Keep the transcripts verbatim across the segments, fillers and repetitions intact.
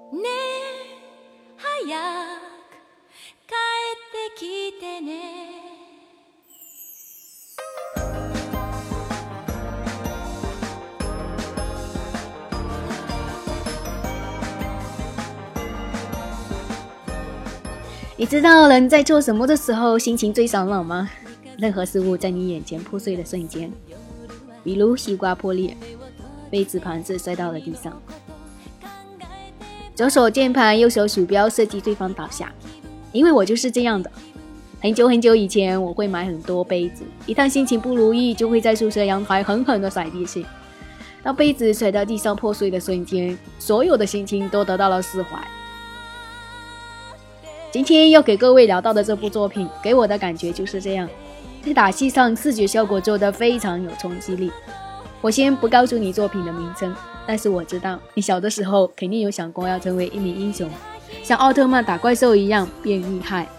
ねえ早く帰ってきてね。 你知道人在做什么的时候心情最爽朗吗？任何事物在你眼前破碎的瞬间，比如西瓜破裂，杯子盘子摔到了地上，左手键盘右手鼠标设计对方倒下。因为我就是这样的。很久很久以前我会买很多杯子，一旦心情不如意就会在宿舍阳台狠狠地甩地去。当杯子摔到地上破碎的瞬间，所有的心情都得到了释怀。今天要给各位聊到的这部作品，给我的感觉就是这样，在打戏上视觉效果做得非常有冲击力。我先不告诉你作品的名称，但是我知道你小的时候肯定有想过要成为一名英雄，像奥特曼打怪兽一样变厉害。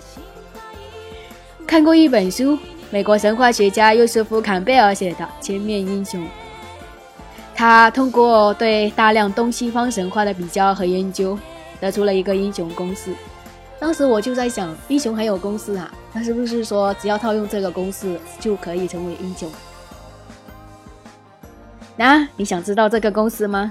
看过一本书，美国神话学家约瑟夫·坎贝尔写的《千面英雄》，他通过对大量东西方神话的比较和研究，得出了一个英雄公式。当时我就在想，英雄还有公式啊，那是不是说只要套用这个公式就可以成为英雄？那你想知道这个公式吗？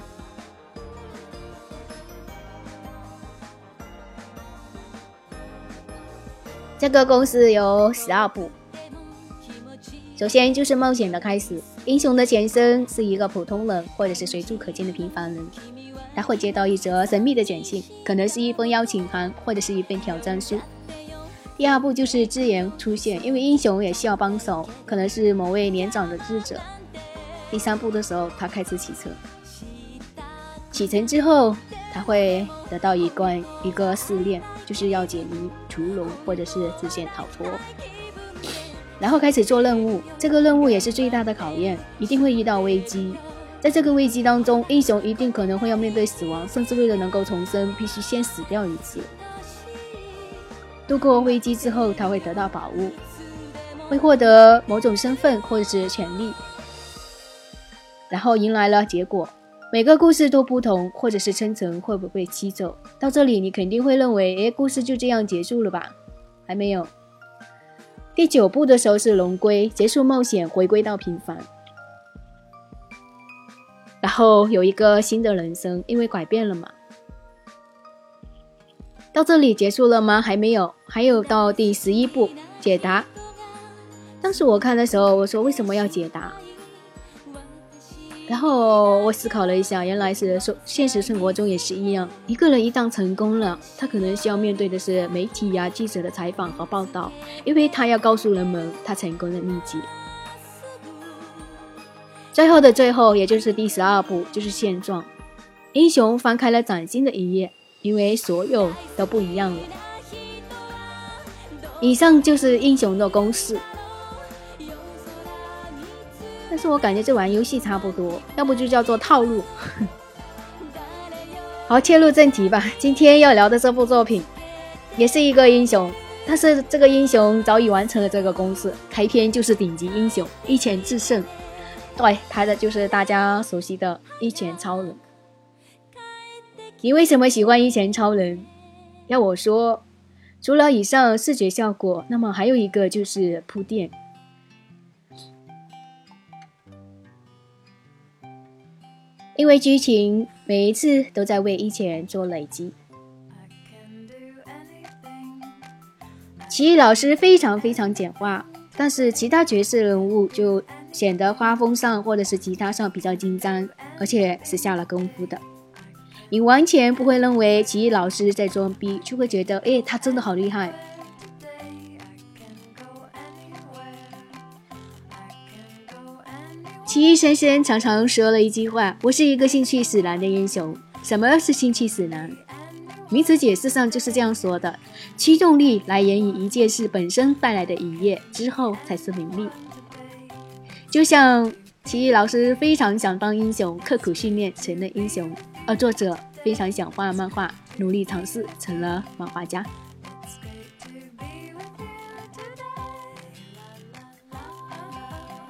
这个公式有十二步。首先就是冒险的开始，英雄的前身是一个普通人或者是随处可见的平凡人，他会接到一则神秘的简讯，可能是一封邀请函或者是一份挑战书。第二步就是智妍出现，因为英雄也需要帮手，可能是某位年长的智者。第三步的时候他开始启程，启程之后他会得到一关一个试炼，就是要解谜、屠龙或者是直线逃脱，然后开始做任务。这个任务也是最大的考验，一定会遇到危机。在这个危机当中，英雄一定可能会要面对死亡，甚至为了能够重生必须先死掉一次。度过危机之后他会得到宝物，会获得某种身份或者是权利，然后迎来了结果。每个故事都不同，或者是称臣会不会击走。到这里你肯定会认为，诶，故事就这样结束了吧？还没有。第九步的时候是龙归，结束冒险，回归到平凡，然后有一个新的人生，因为改变了嘛。到这里结束了吗？还没有，还有到第十一步解答。当时我看的时候我说为什么要解答，然后我思考了一下，原来是说现实生活中也是一样，一个人一旦成功了，他可能需要面对的是媒体呀、记者的采访和报道，因为他要告诉人们他成功的秘籍。最后的最后，也就是第十二步，就是现状。英雄翻开了崭新的一页，因为所有都不一样了。以上就是英雄的公式，但是我感觉这玩游戏差不多，要不就叫做套路。好，切入正题吧。今天要聊的这部作品也是一个英雄，但是这个英雄早已完成了这个公式，开篇就是顶级英雄，一拳制胜。对，他的就是大家熟悉的一拳超人。你为什么喜欢一拳超人？要我说，除了以上视觉效果，那么还有一个就是铺垫。因为剧情每一次都在为一拳做累积。奇异老师非常非常简化，但是其他角色人物就显得画风上或者是吉他上比较精湛，而且是下了功夫的。你完全不会认为奇异老师在装逼，就会觉得诶，他真的好厉害。奇异先生常常说了一句话，我是一个兴趣使然的英雄。什么是兴趣使然？名词解释上就是这样说的，驱动力来源于一件事本身带来的愉悦，之后才是名利。就像奇异老师非常想当英雄，刻苦训练成了英雄，而作者非常想画漫画，努力尝试成了漫画家。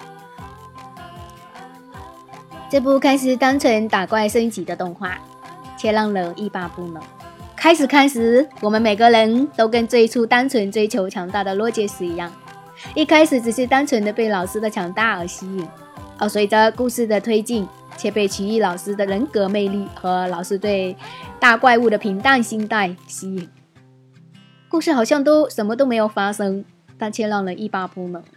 这部看似单纯打怪升级的动画， 却让人欲罢不能。开始看时，我们每个人都跟最初单纯追求强大的罗杰斯一样，一开始只是单纯的被老师的强大而吸引，而随着故事的推进，却被奇异老师的人格魅力和老师对大怪物的平淡心态吸引。故事好像都什么都没有发生，但却让人欲罢不能。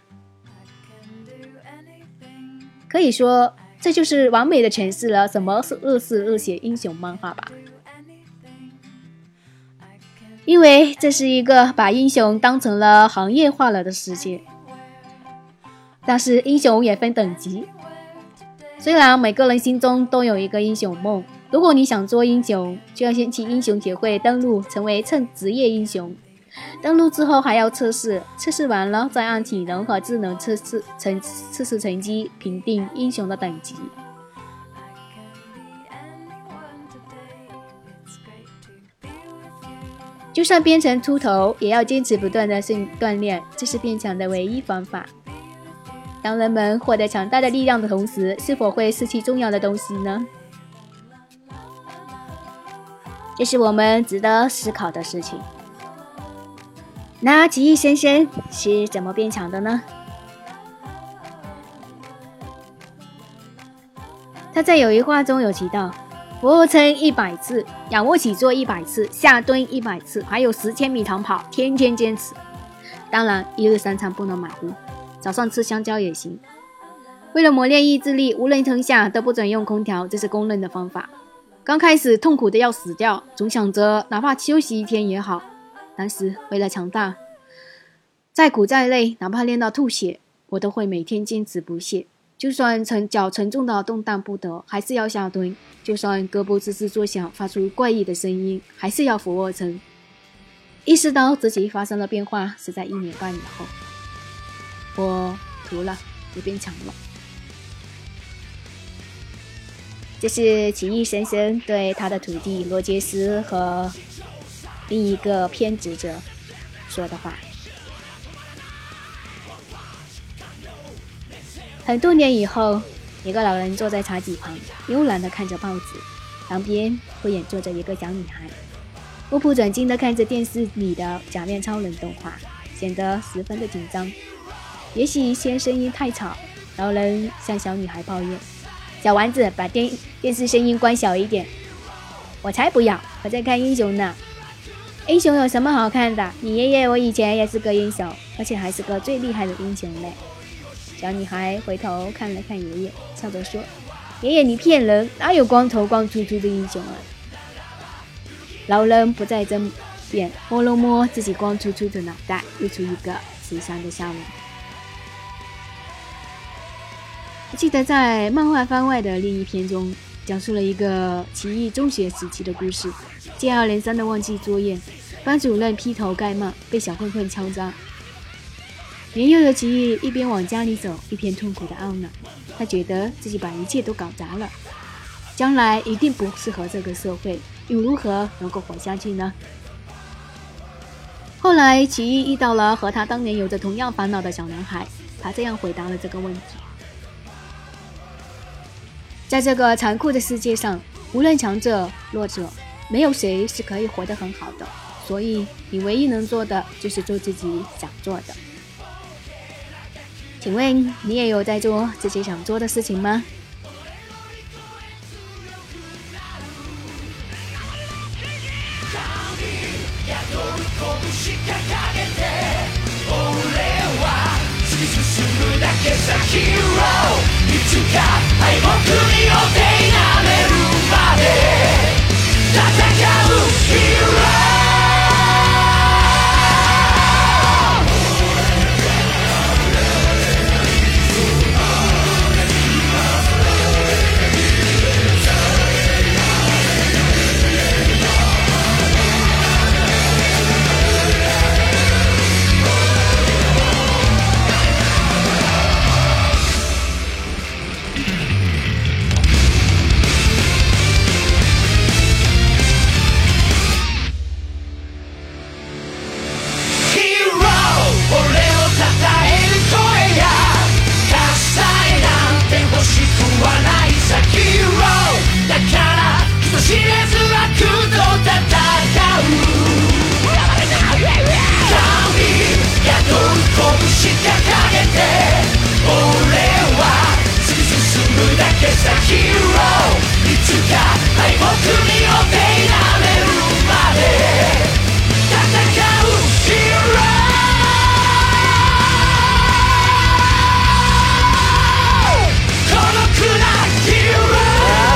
可以说，这就是完美的诠释了什么是日式热血英雄漫画吧。因为这是一个把英雄当成了行业化了的世界。但是英雄也分等级，虽然每个人心中都有一个英雄梦，如果你想做英雄，就要先去英雄协会登录，成为称职业英雄。登录之后还要测试，测试完了再按体能和智能测试成测试成绩评定英雄的等级。就算变成秃头，也要坚持不断的锻炼，这是变强的唯一方法。当人们获得强大的力量的同时，是否会失去重要的东西呢？这是我们值得思考的事情。那奇异先生是怎么变强的呢？他在有一话中有提到，俯卧撑一百次，仰卧起坐一百次，下蹲一百次，还有十千米长跑，天天坚持。当然，一日三餐不能马虎，早上吃香蕉也行。为了磨练意志力，无论春夏都不准用空调，这是公认的方法。刚开始痛苦的要死掉，总想着哪怕休息一天也好。但是为了强大，再苦再累，哪怕练到吐血，我都会每天坚持不懈。就算沉脚沉重的动弹不得，还是要下蹲；就算胳膊吱吱作响，发出怪异的声音，还是要俯卧撑。意识到自己发生了变化，是在一年半以后，我涂了，也变强了。这是奇异先生对他的徒弟罗杰斯和另一个偏执者说的话。很多年以后，一个老人坐在茶几旁，慵懒地看着报纸，旁边不远坐着一个小女孩，目不转睛地看着电视里的假面超人动画，显得十分的紧张。也许一些声音太吵，老人向小女孩抱怨：“小丸子，把电电视声音关小一点。”“我才不要，我在看英雄呢。”“英雄有什么好看的？你爷爷我以前也是个英雄，而且还是个最厉害的英雄嘞。”小女孩回头看了看爷爷，笑着说：“爷爷，你骗人，哪有光头光秃秃的英雄啊？”老人不再争辩，摸了摸自己光秃秃的脑袋，露出一个慈祥的笑容。我记得在漫画番外的另一篇中，讲述了一个奇异中学时期的故事，接二连三的忘记作业，班主任劈头盖骂，被小混混敲诈。年幼的奇异一边往家里走，一边痛苦的懊恼，他觉得自己把一切都搞砸了，将来一定不适合这个社会，又如何能够活下去呢？后来奇异遇到了和他当年有着同样烦恼的小男孩，他这样回答了这个问题：在这个残酷的世界上，无论强者弱者，没有谁是可以活得很好的，所以你唯一能做的就是做自己想做的。请问你也有在做自己想做的事情吗？ けたヒーローいつか敗北によってなれるまで戦うヒーロー孤独なヒーロー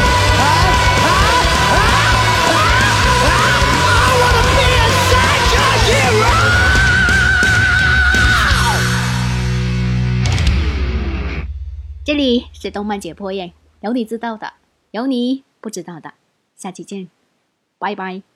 这里是动漫解剖院，有你知道的，有你不知道的，下期见，拜拜。